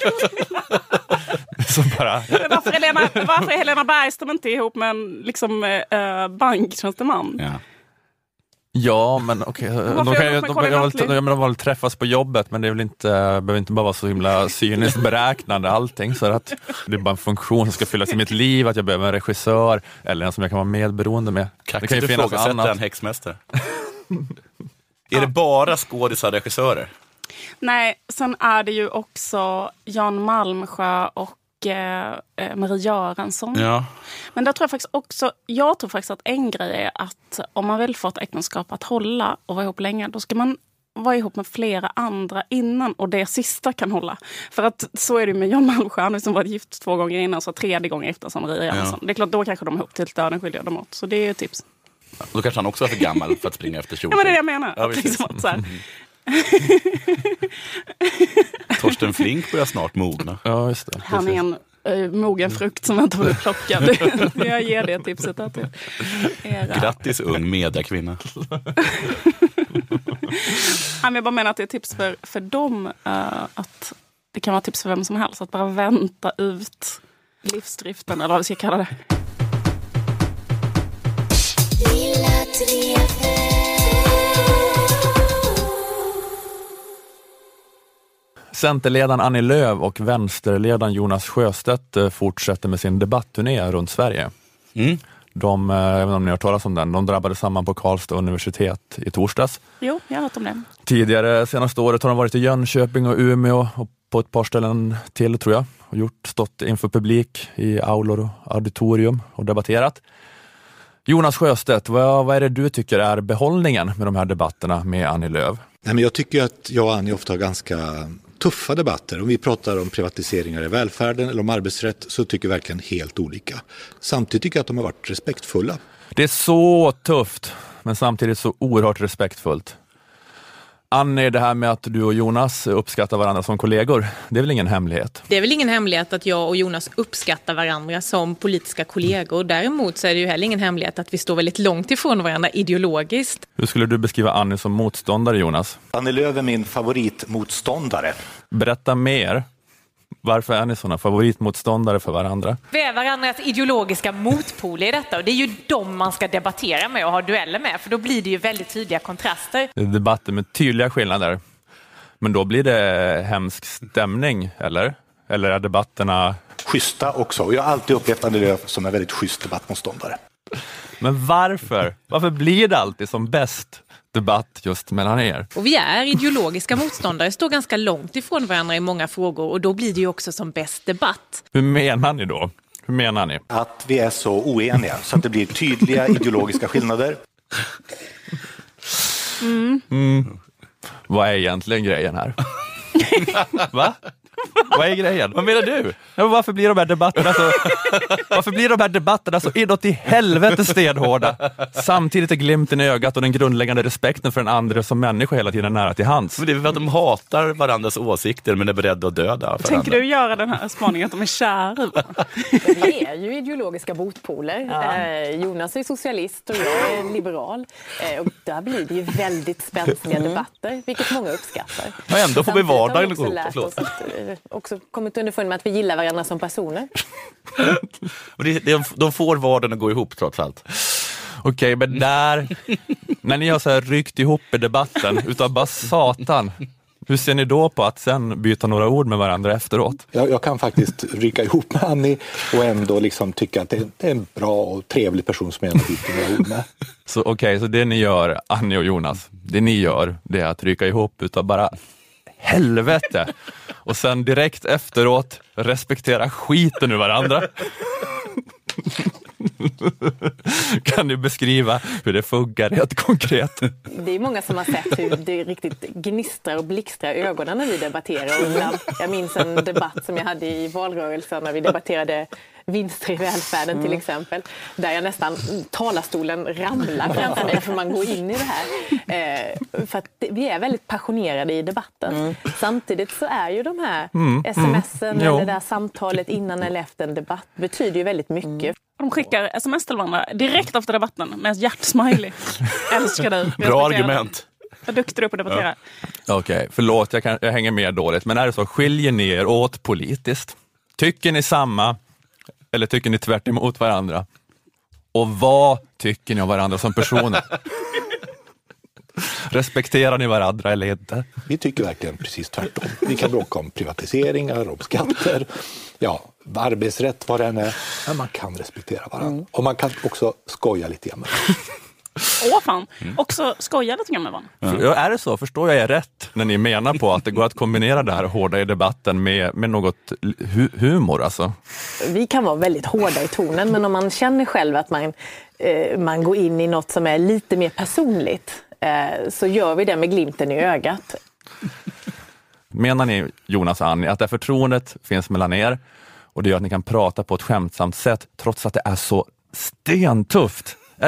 Så bara... Varför är Helena Bergström inte ihop med en liksom, banktjänsteman? Ja, men okej. De vill träffas på jobbet, men det är väl behöver inte bara vara så himla cyniskt beräknande allting. Så att det är bara en funktion som ska fyllas i mitt liv, att jag behöver en regissör eller en som jag kan vara medberoende med. Det kan ju finnas annat. En häxmästare. Är det bara skådisar regissörer? Nej, sen är det ju också Jan Malmsjö och Marie Göransson. Ja. Men jag tror faktiskt att en grej är att om man vill få ett äktenskap att hålla och vara ihop länge, då ska man vara ihop med flera andra innan, och det sista kan hålla. För att så är det med Jan Malmsjö, som var gift 2 gånger innan, så 3:e gången efter som Marie Göransson. Det är klart, då kanske de är ihop till döden skiljer dem åt. Så det är ett tips. Då kanske han också är för gammal för att springa efter kjol. Ja, men det är det jag menar. Ja, liksom att så här. Torsten Flink börjar snart mogna. Ja, just det. Han är en mogen frukt som väntar på att bli plockad. Jag ger det tipset här till era. Grattis, ung mediakvinna. Jag bara menar att det är tips för dem att Det kan vara tips för vem som helst att bara vänta ut livsdriften eller vad vi ska kalla det. Centerledaren Annie Lööf och vänsterledaren Jonas Sjöstedt fortsätter med sin debattturné runt Sverige. De, jag vet inte om ni har hört talas om den, de drabbades samman på Karlstad universitet i torsdags. Jo, jag har hört om det. Tidigare, senaste året har de varit i Jönköping och Umeå och på ett par ställen till tror jag. Och stått inför publik i aulor och auditorium och debatterat. Jonas Sjöstedt, vad är det du tycker är behållningen med de här debatterna med Annie Lööf? Nej, men jag tycker att jag och Annie ofta har ganska tuffa debatter. Om vi pratar om privatiseringar i välfärden eller om arbetsrätt så tycker vi verkligen helt olika. Samtidigt tycker jag att de har varit respektfulla. Det är så tufft, men samtidigt så oerhört respektfullt. Annie, det här med att du och Jonas uppskattar varandra som kollegor, det är väl ingen hemlighet? Det är väl ingen hemlighet att jag och Jonas uppskattar varandra som politiska kollegor. Däremot så är det ju heller ingen hemlighet att vi står väldigt långt ifrån varandra ideologiskt. Hur skulle du beskriva Annie som motståndare, Jonas? Annie Lööf är min favoritmotståndare. Berätta mer. Varför är ni sådana favoritmotståndare för varandra? Vi är varandras ideologiska motpoler i detta och det är ju dem man ska debattera med och ha dueller med, för då blir det ju väldigt tydliga kontraster. Debatter med tydliga skillnader. Men då blir det hemsk stämning, eller? Eller är debatterna... Schyssta också, och jag har alltid upplevt Annie Lööf som en väldigt schysst debattmotståndare. Men varför? Varför blir det alltid som bäst debatt just mellan er? Och vi är ideologiska motståndare, står ganska långt ifrån varandra i många frågor och då blir det ju också som bäst debatt. Hur menar ni då? Hur menar ni? Att vi är så oeniga så att det blir tydliga ideologiska skillnader. Vad är egentligen grejen här? Va? Vad är grejen? Vad menar du? Ja, varför blir de här debatterna så inåt i helvete stenhårda? Samtidigt är glimten i ögat och den grundläggande respekten för den andra som människa hela tiden nära till hands. Men det är för att de hatar varandras åsikter men är beredda att döda varandra. Tänker du göra den här spaningen att de är kär? Vi är ju ideologiska motpoler. Ja. Jonas är socialist och jag är liberal. Och där blir det ju väldigt spänstiga debatter, vilket många uppskattar. Och ändå får vi vardagen gå ihop. Också kommit underfund med att vi gillar varandra som personer. Och de får vardagen att gå ihop trots allt. Okej, men när ni har så här ryckt ihop i debatten utav bara satan, hur ser ni då på att sen byta några ord med varandra efteråt? Jag kan faktiskt rycka ihop med Annie och ändå liksom tycka att det är en bra och trevlig person som jag ändå byter några ord med. Så okej, så det ni gör, Annie och Jonas, det ni gör, det är att rycka ihop utav bara helvete. Och sen direkt efteråt respektera skiten ur varandra. Kan du beskriva hur det funkar helt konkret? Det är många som har sett hur det riktigt gnistrar och blixtrar i ögonen när vi debatterar. Och ibland, jag minns en debatt som jag hade i valrörelsen när vi debatterade vinster i välfärden till exempel. Där jag nästan, talarstolen ramlar framför mig för man går in i det här. För att vi är väldigt passionerade i debatten. Samtidigt så är ju de här sms'en eller det där samtalet innan eller efter en debatt betyder ju väldigt mycket. De skickar sms till varandra direkt efter debatten med ett hjärtsmiley. Älskar dig. Bra argument. Vad duktig du är på att debattera. Okej, förlåt, jag hänger med dåligt. Men är det så, skiljer ni er åt politiskt? Tycker ni samma eller tycker ni tvärt emot varandra? Och vad tycker ni om varandra som personer? Respekterar ni varandra eller inte? Vi tycker verkligen precis tvärtom. Vi kan bråka om privatiseringar, om skatter, arbetsrätt, vad det än är. Men man kan respektera varandra. Och man kan också skoja lite grann med fan. Också skoja lite grann med varandra. Ja, är det så? Förstår jag er rätt när ni menar på att det går att kombinera det här hårda i debatten med något humor alltså? Vi kan vara väldigt hårda i tonen, men om man känner själv att man går in i något som är lite mer personligt så gör vi det med glimten i ögat. Menar ni, Jonas och Annie, att det förtroendet finns mellan er och det gör att ni kan prata på ett skämtsamt sätt trots att det är så stentufft? Eller?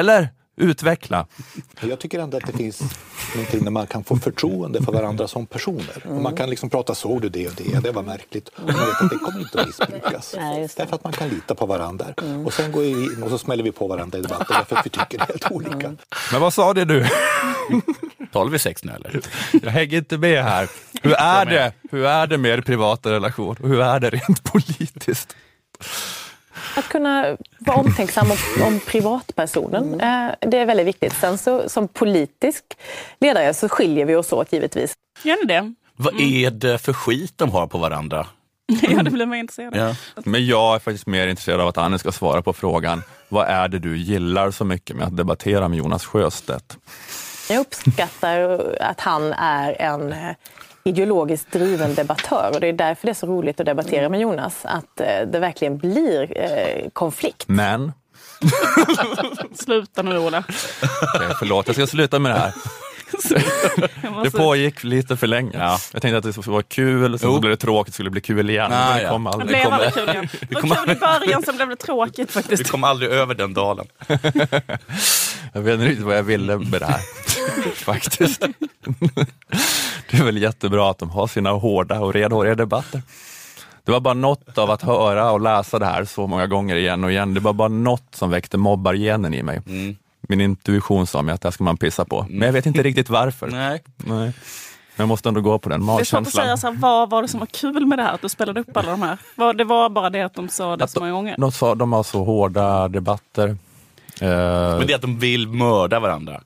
Utveckla. Jag tycker ändå att det finns någonting när man kan få förtroende för varandra som personer. Och man kan liksom prata, såg du det och det var märkligt. Och man vet att det kommer inte att missbrukas. Därför att man kan lita på varandra. Och sen går vi och så smäller vi på varandra i debatten därför att vi tycker helt olika. Men vad sa det du? 12-6 nu eller? Jag hänger inte med här. Hur är det med er privata relation? Och hur är det rent politiskt? Att kunna vara omtänksam om privatpersonen, det är väldigt viktigt. Sen så som politisk ledare så skiljer vi oss åt givetvis. Gör ni det? Vad är det för skit de har på varandra? Ja, det blir man intresserad av. Ja. Men jag är faktiskt mer intresserad av att Annie ska svara på frågan. Vad är det du gillar så mycket med att debattera med Jonas Sjöstedt? Jag uppskattar att han är en ideologiskt driven debattör och det är därför det är så roligt att debattera med Jonas. Att det verkligen blir konflikt. Men? Sluta nu, Ola. Okay, förlåt, jag ska sluta med det här. Det pågick lite för länge. Ja. Jag tänkte att det skulle vara kul, så blev det tråkigt, skulle bli kul igen. Ah, det kom aldrig. Det blev aldrig kul igen. Det var kul i början, som blev det tråkigt faktiskt. Vi kom aldrig över den dalen. Jag vet inte riktigt vad jag ville med det här. Faktiskt. Det är väl jättebra att de har sina hårda och redhåriga debatter. Det var bara något av att höra och läsa det här så många gånger igen och igen. Det var bara något som väckte mobbargenen i mig. Min intuition sa mig att det här ska man pissa på. Men jag vet inte riktigt varför. Nej. Men jag måste ändå gå på den magkänslan. Det är svårt att säga så här, vad var det som var kul med det här? Att du spelade upp alla de här. Det var bara det att de sa det så många gånger. De har så hårda debatter. Men det är att de vill mörda varandra.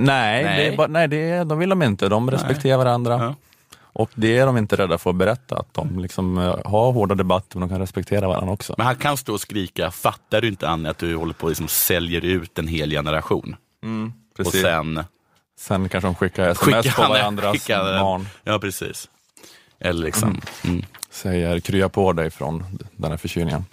De vill de inte. De respekterar varandra. Ja. Och det är de inte rädda för att berätta. Att de liksom har hårda debatter, men de kan respektera varandra också. Men han kan stå och skrika, fattar du inte, Anne, att du håller på och liksom säljer ut en hel generation? Precis. Och sen kanske de skickar sms på varandras barn. Ja, precis. Eller liksom... Säger, krya på dig från den här förkylningen.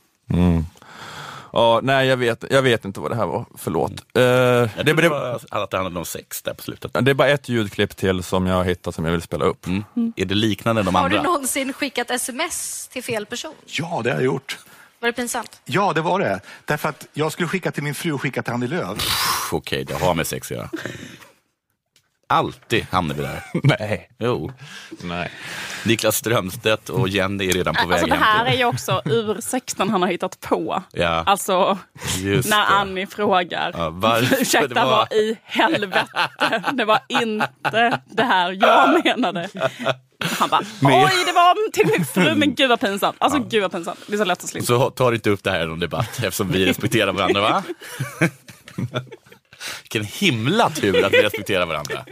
Ja, nej, jag vet inte vad det här var. Förlåt. Det var att det handlade om sex där på slutet. Det är bara ett ljudklipp till som jag har hittat som jag vill spela upp. Är det liknande de andra? Har du någonsin skickat sms till fel person? Ja, det har jag gjort. Var det pinsamt? Ja, det var det. Därför att jag skulle skicka till min fru och skicka till Annie Lööf. Okej, det har med sex att göra. Alltid hamnar vi där. Nej. Jo. Nej. Niklas Strömstedt och Jenny är redan på väg hem. Det här är ju också ur 16 han har hittat på. Ja. Alltså, när Annie frågar. Ursäkta, vad i helvete? Det var inte det här jag menade. Han bara, oj, det var till min fru, men gud vad pinsamt. Alltså, gud vad pinsamt. Det är så lätt att slippa. Så tar inte upp det här i någon debatt, eftersom vi respekterar varandra, va? Vilken himla tur att vi respekterar varandra.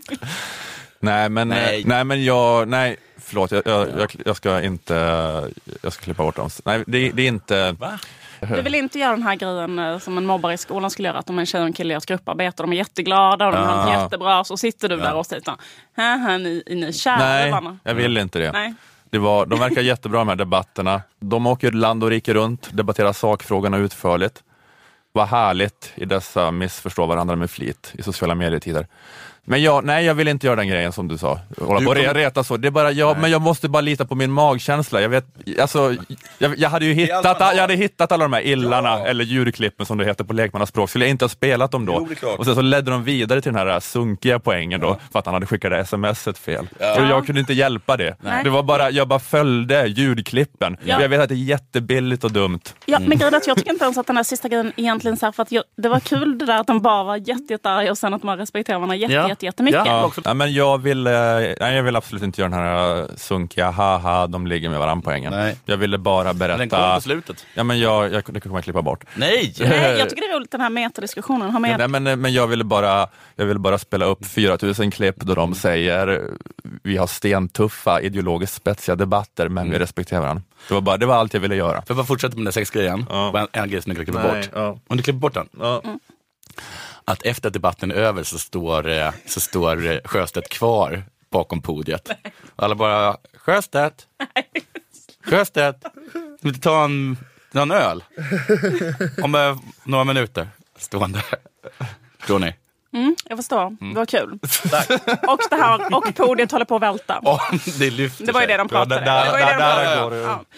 Förlåt, jag ska inte, jag ska klippa bort dem. Nej, det är inte... Va? Du vill inte göra den här grejen som en mobbare i skolan skulle göra, att om en tjej och en kille gör ett grupparbete och de är jätteglada och de har det jättebra, så sitter du där och säger ni kära. Nej, jag vill inte det. Nej. De verkar jättebra de här debatterna. De åker land och rike runt, debatterar sakfrågorna utförligt. Vad härligt i dessa missförstå varandra med flit i sociala medietider. Men jag vill inte göra den grejen som du sa. Reta så. Det är bara men jag måste bara lita på min magkänsla. Jag vet, alltså, jag hade ju hittat alla de här illarna eller djurklippen som det heter på lekmannaspråk. Skulle jag inte ha spelat dem då. Och sen så ledde de vidare till den här sunkiga poängen då, för att han hade skickat sms:et fel. Och jag kunde inte hjälpa det. Nej. Det var bara, jag bara följde ljudklippen. Och jag vet att det är jättebilligt och dumt. Ja, men grejen att jag tycker inte ens att den här sista grejen egentligen så här, för att det var kul det där att de bara var jättearga och sen att man respekterar varandra jättemycket. Ja, men jag vill absolut inte göra den här sunkiga haha, de ligger med varandra poängen. Nej. Jag ville bara berätta. Den kommer på slutet. Ja, men det kommer jag klippa bort. Nej, jag tycker det är roligt den här metadiskussionen. Men jag ville bara spela upp 4000 klipp då de säger vi har stentuffa, ideologiskt spetsiga debatter, men vi respekterar varandra. Det var allt jag ville göra. Får jag bara fortsätta med den sexgrejen? Ja. En grej som jag klipper bort. Ja. Om du klipper bort den? Ja. Att efter att debatten är över så står Sjöstedt kvar bakom podiet. Alla bara, Sjöstedt, vill du ta en öl? Om några minuter. Stående där. Förstår ni? Jag förstår. Det var kul. Och podiet håller på att välta. Det var ju det de pratade.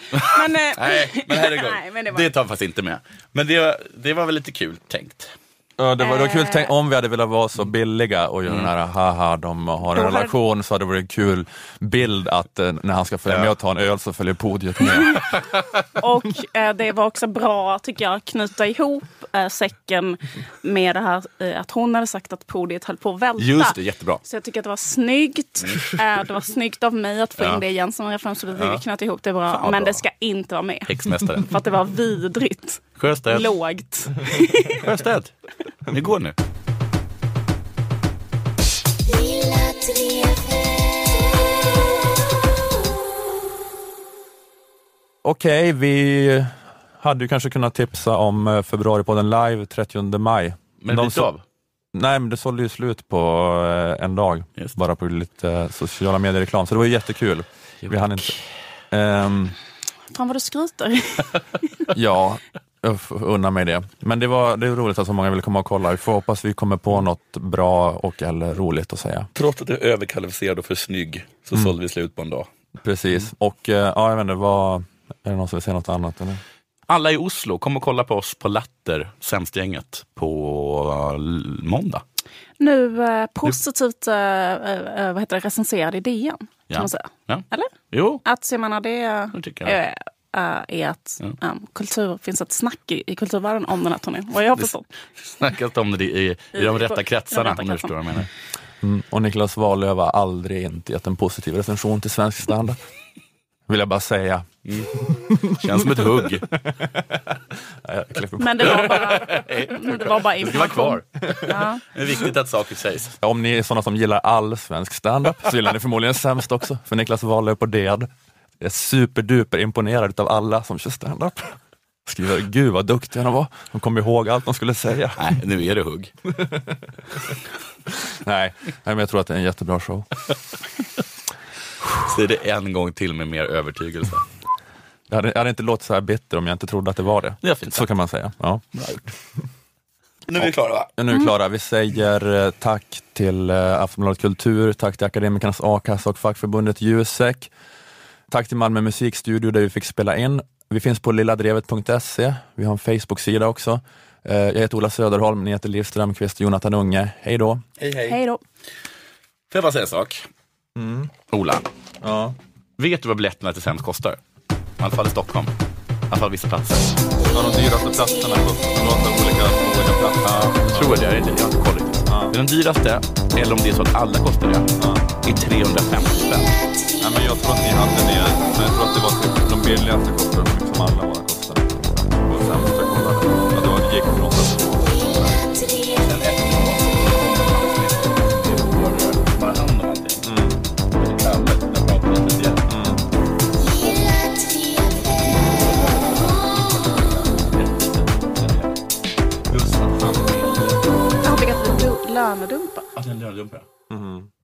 Men herregud. Det tar fast inte med. Men det var väl lite kul tänkt. Ja, det var kul. Tänk om vi hade velat vara så billiga och göra den här haha, de har en relation, så hade det varit en kul bild att när han ska följa med och ta en öl så följer podiet med. Och det var också bra, tycker jag, att knyta ihop säcken med det här att hon hade sagt att podiet höll på att välta. Just det, jättebra. Så jag tycker att det var snyggt. Det var snyggt av mig att få in det igen som referens, så vi knöt ihop det bra. Fan, men bra. det ska inte vara med. Häxmästaren. För att det var vidrigt. Sjöstedt. Lågt. Sjöstedt. Vi går nu. Okej, vi hade ju kanske kunnat tipsa om februaripodden live 30 maj. Men det av? Nej, men det sålde ju slut på en dag. Bara på lite sociala medier-reklam. Så det var ju jättekul. Vi hann inte... Fan vad du skryter. Ja, jag unnar mig det. Men det är roligt att så många vill komma och kolla. Vi får hoppas vi kommer på något bra och eller roligt att säga. Trots att du är överkvalificerad och för snygg så sålde vi slut på en dag. Precis. Och ja, jag vet inte, är det någon som vill säga något annat? Eller? Alla i Oslo, kom och kolla på oss på Latter, Sämstgänget, på måndag. Nu positivt recenserad i DN, kan man säga. Ja. Eller? Jo. Att ser man det är att kultur finns ett snack i kulturvärlden om den här turnén. Vad jag har förstått. Snackat om det i de rätta kretsarna, om du förstår vad jag menar. Och Niklas Wahlöf har aldrig inte gett en positiv recension till svensk standard. Vill jag bara säga. Känns som ett hugg. Men det var bara information. Det var kvar. Ja. Det är viktigt att saker sägs. Om ni är sådana som gillar all svensk standup så gillar ni förmodligen sämst också. För Niklas Wahlöf på DED är superduper imponerad av alla som kör standup. Skriver, gud vad duktiga de var. De kommer ihåg allt de skulle säga. Nej, nu är det hugg. Nej, men jag tror att det är en jättebra show. Så det en gång till med mer övertygelse. Jag hade inte låtit så här bitter om jag inte trodde att det var det. Det är fint. Så kan man säga. Ja. Nu är vi klara, va? Nu är vi klara. Vi säger tack till Aftonbladet Kultur, tack till Akademikernas A-kassa och fackförbundet Jusek. Tack till Malmö musikstudio där vi fick spela in. Vi finns på lilladrevet.se. Vi har en Facebook-sida också. Jag heter Ola Söderholm, ni heter Liv Strömqvist och Jonathan Unge. Hej då. Hej. Hej då. Får jag bara säga en sak? Ola. Ja. Vet du vad biljetterna till Sämst kostar? I alla fall i Stockholm. I alla fall vissa platser. Ja, de dyraste platserna kostar olika platser. Ja, jag tror det. Jag har inte kollat. Ja. Den dyraste, eller om det är så att alla kostar det, är 350 spänn. Nej, men jag tror att ni hade det. Men jag tror att det var typ de billigaste kostade som alla våra kostade. Och Sämsta kollade. Att det var gick från oss. Jag har legat lönedumpa. Att den lönedumpa?